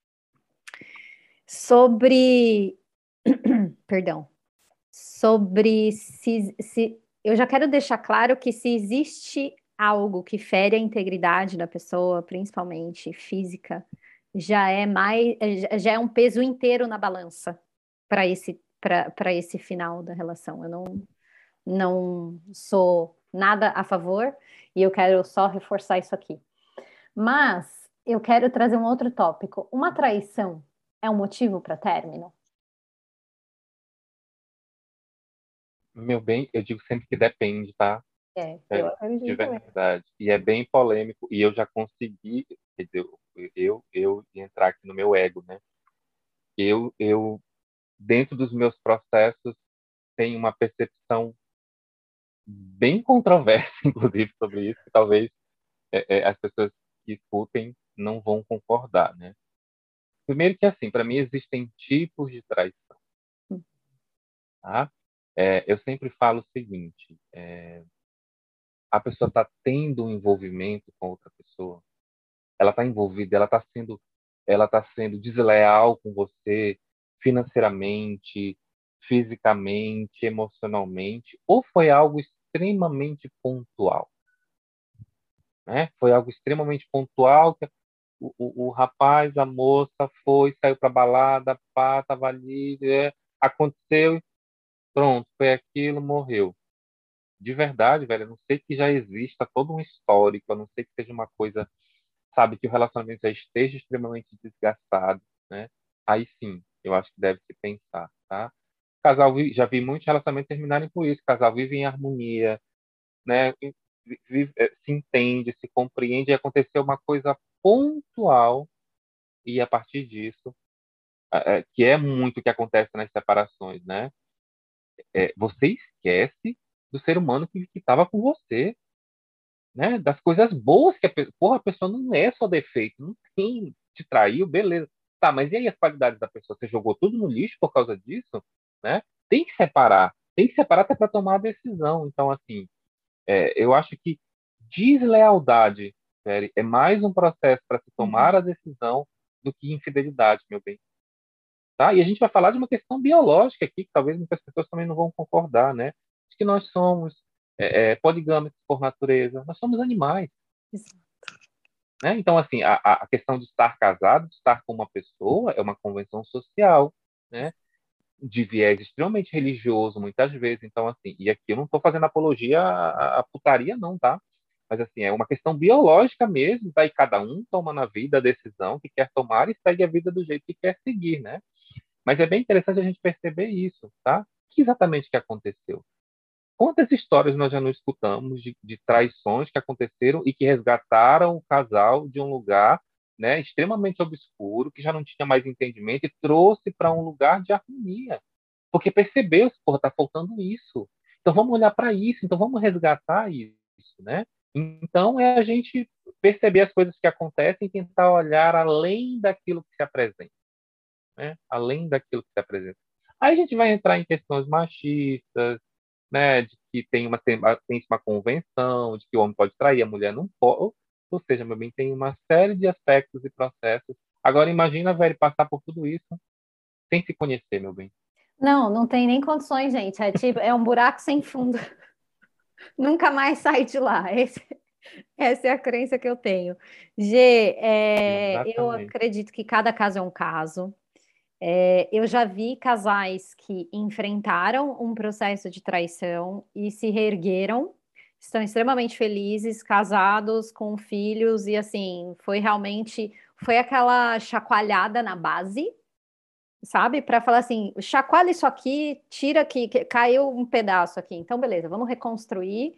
Sobre, perdão, sobre se eu já quero deixar claro que se existe algo que fere a integridade da pessoa, principalmente física, já é um peso inteiro na balança para esse final da relação. Eu não sou nada a favor e eu quero só reforçar isso aqui. Mas eu quero trazer um outro tópico. Uma traição. é um motivo para término? Meu bem, eu digo sempre que depende, tá? Eu De acredito também. verdade. E é bem polêmico. E eu já consegui, quer dizer, eu entrar aqui no meu ego, né? Eu, dentro dos meus processos, tenho uma percepção bem controversa, inclusive, sobre isso, que talvez as pessoas que escutem não vão concordar, né? Primeiro que, assim, para mim existem tipos de traição, tá? Eu sempre falo o seguinte, a pessoa está tendo um envolvimento com outra pessoa, ela está envolvida, ela tá sendo desleal com você financeiramente, fisicamente, emocionalmente, ou foi algo extremamente pontual, né? Foi algo extremamente pontual que o rapaz, a moça foi, saiu para balada, pá, tava ali, aconteceu, pronto, foi aquilo, morreu. De verdade, velho, a não sei que já exista todo um histórico, a não ser que seja uma coisa, sabe, que o relacionamento já esteja extremamente desgastado, né? Aí sim, eu acho que deve se pensar, tá? Já vi muitos relacionamentos terminarem por isso. Casal vive em harmonia, né? Se entende, se compreende, e aconteceu uma coisa pontual e a partir disso, que é muito o que acontece nas separações, né? Você esquece do ser humano que estava com você, né? Das coisas boas que porra, a pessoa não é só defeito, não tem, te traiu, beleza. Tá, mas e aí as qualidades da pessoa? Você jogou tudo no lixo por causa disso, né? Tem que separar até para tomar a decisão. Então, assim, eu acho que deslealdade, sério, é mais um processo para se tomar a decisão do que infidelidade, meu bem. Tá? E a gente vai falar de uma questão biológica aqui, que talvez muitas pessoas também não vão concordar, né? De que nós somos poligâmicos por natureza, nós somos animais, né? Então, assim, a questão de estar casado, de estar com uma pessoa, é uma convenção social, né? De viés extremamente religioso, muitas vezes. Então, assim, e aqui eu não estou fazendo apologia à putaria, não, tá? Mas, assim, é uma questão biológica mesmo, daí cada um toma na vida a decisão que quer tomar e segue a vida do jeito que quer seguir, né? Mas é bem interessante a gente perceber isso, tá? O que exatamente que aconteceu? Quantas histórias nós já não escutamos de traições que aconteceram e que resgataram o casal de um lugar, né, extremamente obscuro, que já não tinha mais entendimento e trouxe para um lugar de harmonia? Porque percebeu, porra, tá faltando isso. Então vamos olhar para isso, então vamos resgatar isso, né? Então é a gente perceber as coisas que acontecem e tentar olhar além daquilo que se apresenta, né? Além daquilo que se apresenta. Aí a gente vai entrar em questões machistas, né? De que tem uma convenção, de que o homem pode trair, a mulher não pode. Ou seja, meu bem, tem uma série de aspectos e processos. Agora imagina, velho, passar por tudo isso sem se conhecer, meu bem. Não, não tem nem condições, gente. É tipo, é um buraco sem fundo. Nunca mais sai de lá. Essa é a crença que eu tenho. G, eu Exatamente. acredito que cada caso é um caso. Eu já vi casais que enfrentaram um processo de traição e se reergueram, estão extremamente felizes, casados, com filhos, e assim, foi aquela chacoalhada na base, sabe? Para falar assim, chacoalha isso aqui, tira aqui, que caiu um pedaço aqui, então beleza, vamos reconstruir.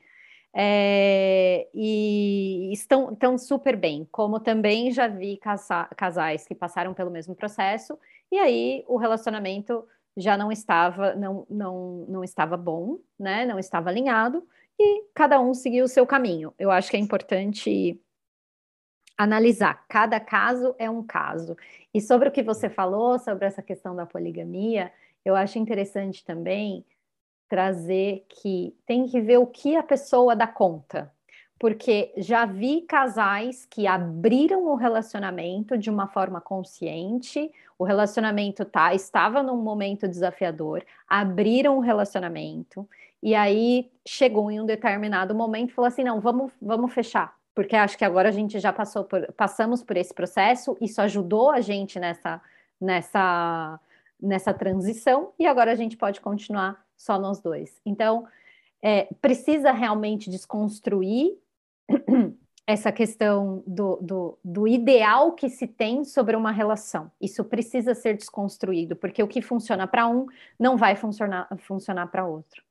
E estão super bem, como também já vi casais que passaram pelo mesmo processo, e aí o relacionamento já não estava bom, né? Não estava alinhado, e cada um seguiu o seu caminho. Eu acho que é importante analisar, cada caso é um caso. E sobre o que você falou, sobre essa questão da poligamia, eu acho interessante também trazer que tem que ver o que a pessoa dá conta. Porque já vi casais que abriram o relacionamento de uma forma consciente, o relacionamento estava num momento desafiador, abriram o relacionamento, e aí chegou em um determinado momento e falou assim: não, vamos fechar. Porque acho que agora a gente já passamos por esse processo, isso ajudou a gente nessa, nessa transição, e agora a gente pode continuar só nós dois. Então, precisa realmente desconstruir essa questão do ideal que se tem sobre uma relação. Isso precisa ser desconstruído, porque o que funciona para um não vai funcionar para outro.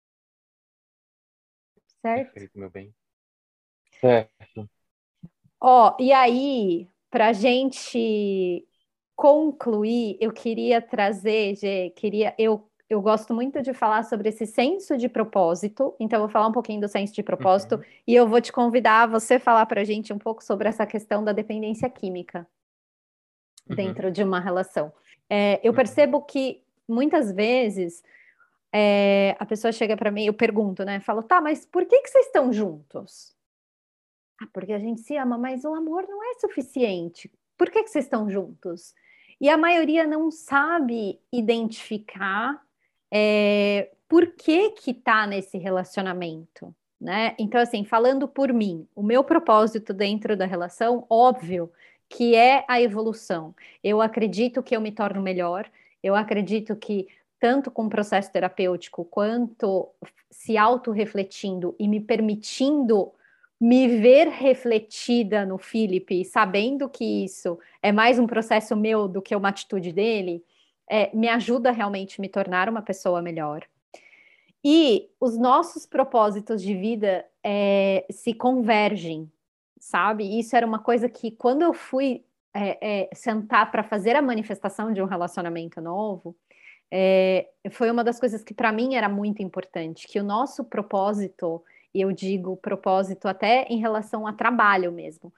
Certo? Perfeito, meu bem. Certo. Ó, e aí, para a gente concluir, eu queria trazer, Gê, eu gosto muito de falar sobre esse senso de propósito, então eu vou falar um pouquinho do senso de propósito Uhum, e eu vou te convidar a você falar para a gente um pouco sobre essa questão da dependência química uhum, dentro de uma relação. Eu uhum, percebo que muitas vezes a pessoa chega para mim, eu pergunto, né? Falo, tá, mas por que que vocês estão juntos? Ah, porque a gente se ama, mas o amor não é suficiente. Por que que vocês estão juntos? E a maioria não sabe identificar por que que tá nesse relacionamento, né? Então, assim, falando por mim, o meu propósito dentro da relação, óbvio, que é a evolução. Eu acredito que eu me torno melhor, eu acredito que tanto com o processo terapêutico quanto se autorrefletindo e me permitindo me ver refletida no Felipe, sabendo que isso é mais um processo meu do que uma atitude dele, me ajuda realmente a me tornar uma pessoa melhor. E os nossos propósitos de vida se convergem, sabe? Isso era uma coisa que quando eu fui sentar para fazer a manifestação de um relacionamento novo, foi uma das coisas que para mim era muito importante, que o nosso propósito, e eu digo propósito até em relação a trabalho mesmo,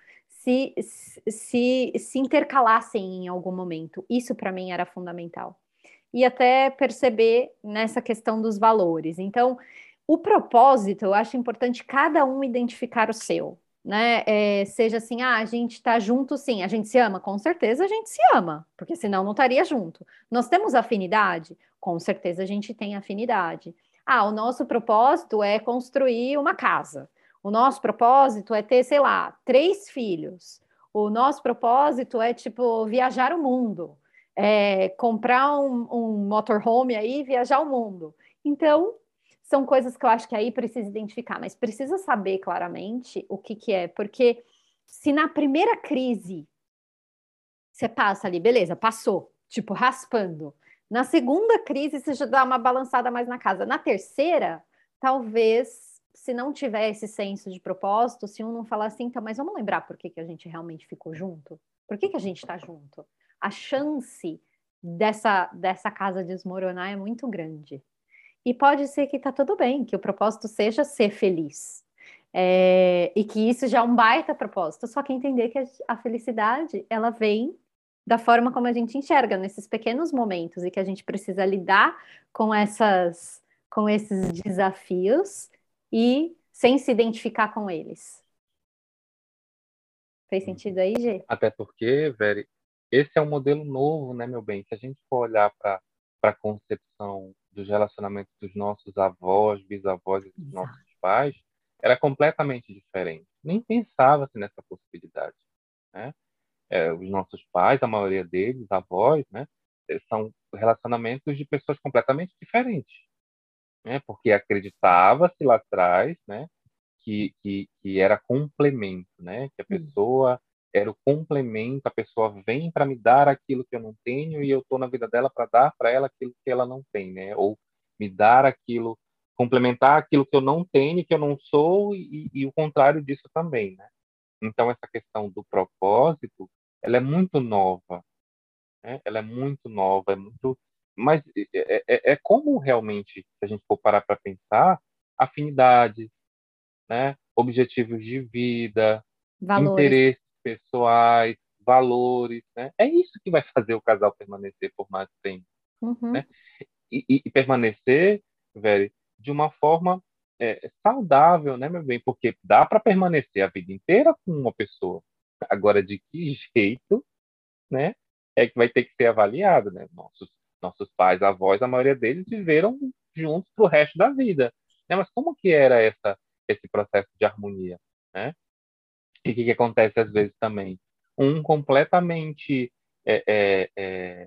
se intercalassem em algum momento. Isso para mim era fundamental. E até perceber nessa questão dos valores. Então, o propósito, eu acho importante cada um identificar o seu, né? Seja assim, a gente está junto, sim, a gente se ama, com certeza a gente se ama, porque senão não estaria junto. Nós temos afinidade? Com certeza a gente tem afinidade. Ah, o nosso propósito é construir uma casa. O nosso propósito é ter, sei lá, 3 filhos. O nosso propósito é, tipo, viajar o mundo. Comprar um motorhome aí e viajar o mundo. Então, são coisas que eu acho que aí precisa identificar, mas precisa saber claramente o que que é, porque se na primeira crise você passa ali, beleza, passou, tipo raspando. Na segunda crise você já dá uma balançada mais na casa. Na terceira, talvez, se não tiver esse senso de propósito, se um não falar assim, então, mas vamos lembrar por que que a gente realmente ficou junto? Por que que a gente está junto? A chance dessa casa desmoronar é muito grande. E pode ser que tá tudo bem, que o propósito seja ser feliz. E que isso já é um baita propósito. Só que entender que a felicidade, ela vem da forma como a gente enxerga nesses pequenos momentos e que a gente precisa lidar com esses desafios e sem se identificar com eles. Fez uhum. sentido aí, Gê? Até porque, Veri, esse é um modelo novo, né, meu bem? Se a gente for olhar para a concepção dos relacionamentos dos nossos avós, bisavós e dos nossos Exato. pais, era completamente diferente. Nem pensava-se nessa possibilidade, né? Os nossos pais, a maioria deles, avós, né, são relacionamentos de pessoas completamente diferentes, né? Porque acreditava-se lá atrás, né, que era complemento, né? Que a Hum. pessoa era o complemento, a pessoa vem para me dar aquilo que eu não tenho e eu estou na vida dela para dar para ela aquilo que ela não tem, né? Ou me dar aquilo, complementar aquilo que eu não tenho, que eu não sou e o contrário disso também, né? Então essa questão do propósito, ela é muito nova, né? Ela é muito nova, é muito, mas é como realmente, se a gente for parar para pensar, afinidade, né? Objetivos de vida, Valores. interesses pessoais, valores, né? É isso que vai fazer o casal permanecer por mais tempo, Uhum. né? E permanecer, velho, de uma forma saudável, né, meu bem? Porque dá para permanecer a vida inteira com uma pessoa. Agora, de que jeito, né? É que vai ter que ser avaliado, né? Nossos pais, avós, a maioria deles viveram juntos pro resto da vida, né? Mas como que era esse processo de harmonia, né? E o que acontece às vezes também? Um completamente é, é, é,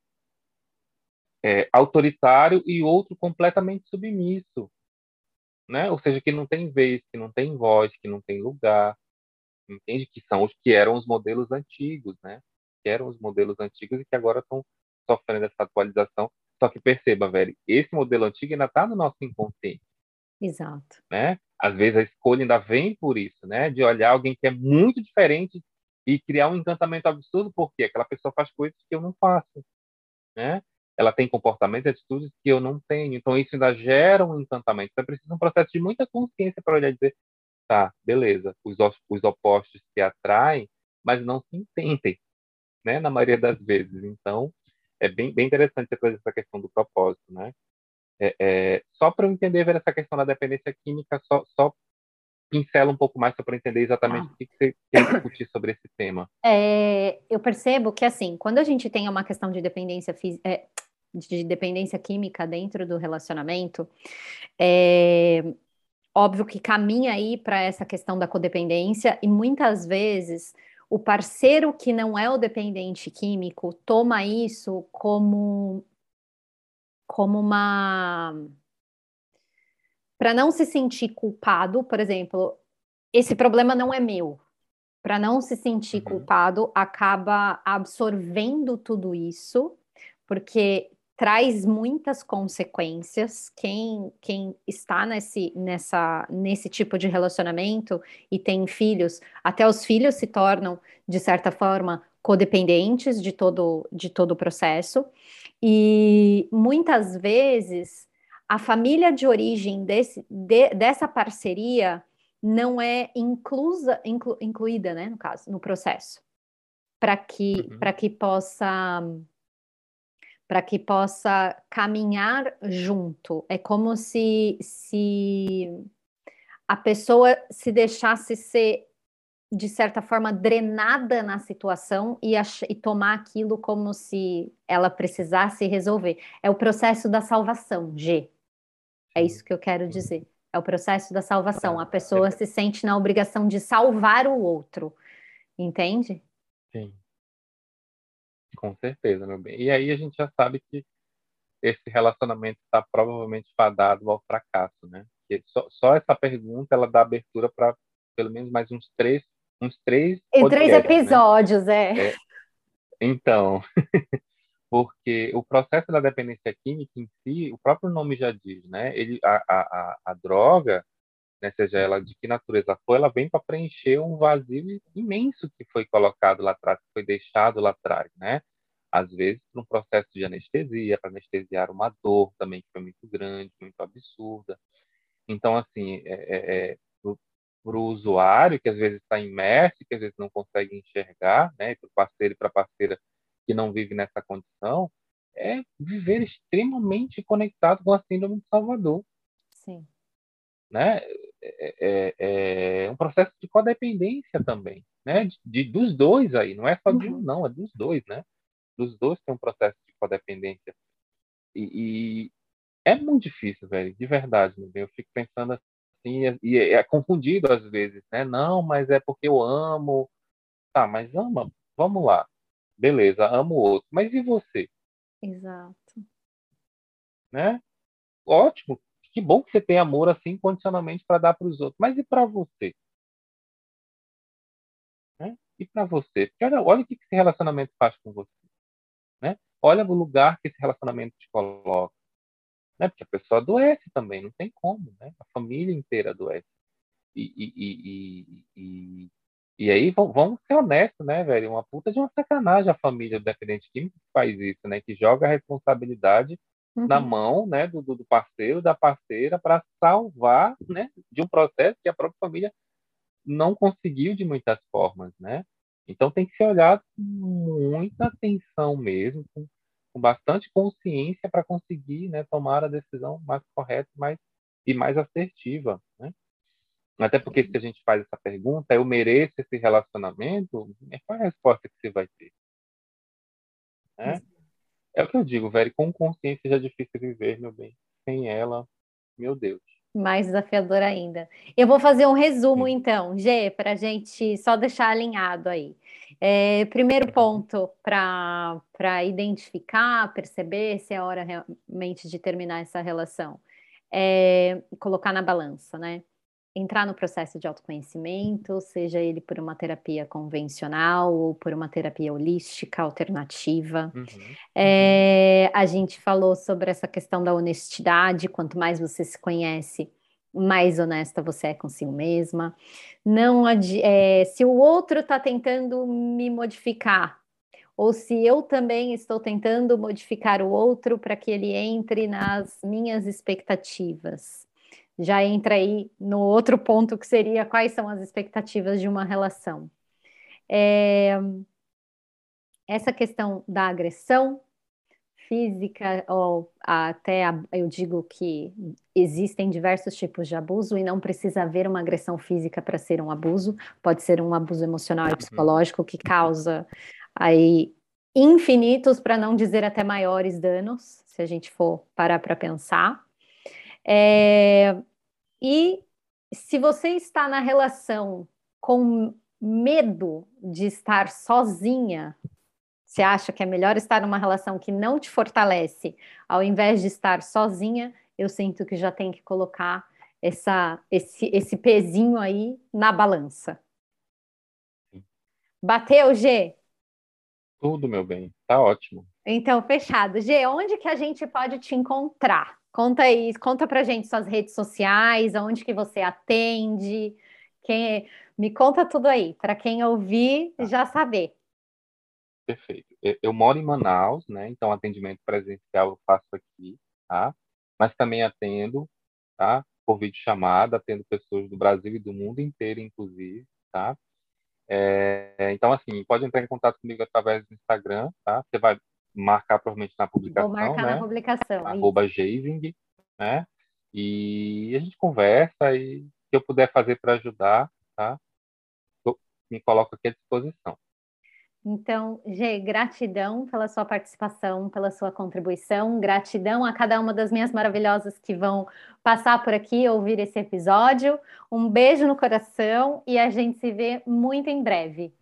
autoritário e outro completamente submisso, né? Ou seja, que não tem vez, que não tem voz, que não tem lugar. entende? Que são os que eram os modelos antigos, né? Que eram os modelos antigos e que agora estão sofrendo essa atualização. Só que perceba, velho, esse modelo antigo ainda está no nosso inconsciente, Exato. né? Às vezes a escolha ainda vem por isso, né? De olhar alguém que é muito diferente e criar um encantamento absurdo, porque aquela pessoa faz coisas que eu não faço, né? Ela tem comportamentos e atitudes que eu não tenho. Então isso ainda gera um encantamento. Então é preciso um processo de muita consciência para olhar e dizer, tá, beleza, os opostos se atraem, mas não se entendem, né? Na maioria das vezes. Então é bem interessante você trazer essa questão do propósito, né? Só para eu entender ver essa questão da dependência química, só pincela um pouco mais só para entender exatamente Ah. o que você quer discutir sobre esse tema. Eu percebo que, assim, quando a gente tem uma questão de de dependência química dentro do relacionamento, é óbvio que caminha aí para essa questão da codependência, e muitas vezes o parceiro que não é o dependente químico toma isso como uma. Para não se sentir culpado, por exemplo, esse problema não é meu. Para não se sentir Uhum, culpado, acaba absorvendo tudo isso, porque traz muitas consequências. Quem está nesse tipo de relacionamento e tem filhos, até os filhos se tornam, de certa forma, codependentes de todo o processo. E muitas vezes a família de origem dessa parceria não é incluída, né, no caso, no processo, uhum, para que possa caminhar junto. É como se a pessoa se deixasse ser, de certa forma, drenada na situação e tomar aquilo como se ela precisasse resolver. É o processo da salvação, G. É isso sim, que eu quero sim. dizer. É o processo da salvação. A Ah, pessoa se sente na obrigação de salvar o outro, entende? sim, com certeza, meu bem. E aí a gente já sabe que esse relacionamento está provavelmente fadado ao fracasso, né? Porque só essa pergunta ela dá abertura para pelo menos mais uns três Em três podcasts, né? episódios, é. É, então, porque o processo da dependência química em si, o próprio nome já diz, né? A droga, né, seja ela de que natureza for, ela vem para preencher um vazio imenso que foi colocado lá atrás, que foi deixado lá atrás, né? Às vezes, por um processo de anestesia, para anestesiar uma dor também que foi muito grande, muito absurda. Então, assim, para o usuário, que às vezes está imerso, que às vezes não consegue enxergar, né? Para o parceiro e para a parceira que não vive nessa condição, é viver extremamente conectado com a síndrome de Salvador, Sim. né? É um processo de codependência também, né? Dos dois aí, não é só de um, Uhum. não, é dos dois, né? Dos dois tem um processo de codependência. E é muito difícil, velho, de verdade, meu bem. Eu fico pensando assim, e é confundido às vezes, né? Não, mas é porque eu amo. Tá, mas ama, vamos lá. Beleza, amo o outro. Mas e você, Exato. né? Ótimo. Que bom que você tem amor assim incondicionalmente para dar para os outros. Mas e para você? Né? E para você? Porque olha o que esse relacionamento faz com você, né? Olha o lugar que esse relacionamento te coloca, né? Porque a pessoa adoece também, não tem como, né? A família inteira adoece. E, e, e, e, e aí vamos ser honestos, né, velho? Uma puta de uma sacanagem a família do dependente químico que faz isso, né? Que joga a responsabilidade na Uhum. mão, né, do parceiro, da parceira, para salvar, né, de um processo que a própria família não conseguiu de muitas formas, né? Então tem que ser olhado com muita atenção mesmo, com bastante consciência para conseguir, né, tomar a decisão mais correta, e mais assertiva, né? Até porque se a gente faz essa pergunta, eu mereço esse relacionamento? Qual é a resposta que você vai ter, né? É o que eu digo, velho, com consciência já é difícil viver, meu bem. Sem ela, meu Deus. Mais desafiador ainda. Eu vou fazer um resumo, Sim. então, Gê, para a gente só deixar alinhado aí. Primeiro Uhum. ponto para identificar, perceber se é hora realmente de terminar essa relação, colocar na balança, né? entrar no processo de autoconhecimento, seja ele por uma terapia convencional ou por uma terapia holística alternativa. Uhum. A gente falou sobre essa questão da honestidade, quanto mais você se conhece, mais honesta você é consigo mesma. Não, se o outro está tentando me modificar, ou se eu também estou tentando modificar o outro para que ele entre nas minhas expectativas. Já entra aí no outro ponto que seria quais são as expectativas de uma relação. Essa questão da agressão física, ou até eu digo que existem diversos tipos de abuso e não precisa haver uma agressão física para ser um abuso, pode ser um abuso emocional e psicológico que causa aí infinitos, para não dizer até maiores danos, se a gente for parar para pensar. E se você está na relação com medo de estar sozinha, você acha que é melhor estar numa relação que não te fortalece, ao invés de estar sozinha, eu sinto que já tem que colocar esse pezinho aí na balança. Bateu, G? Tudo, meu bem, tá ótimo. Então, fechado. G, onde que a gente pode te encontrar? Conta aí, conta pra gente suas redes sociais, onde que você atende, me conta tudo aí, para quem ouvir Tá, já saber. perfeito. Eu moro em Manaus, né? Então atendimento presencial eu faço aqui, tá? Mas também atendo, tá? Por videochamada, atendo pessoas do Brasil e do mundo inteiro, inclusive, tá? Então, assim, pode entrar em contato comigo através do Instagram, tá? Você vai marcar provavelmente na Vou publicação, marcar na né? publicação. @Geising, né? E a gente conversa e o que eu puder fazer para ajudar, tá? Eu me coloco aqui à disposição. Então, Gê, gratidão pela sua participação, pela sua contribuição, gratidão a cada uma das minhas maravilhosas que vão passar por aqui ouvir esse episódio. Um beijo no coração e a gente se vê muito em breve.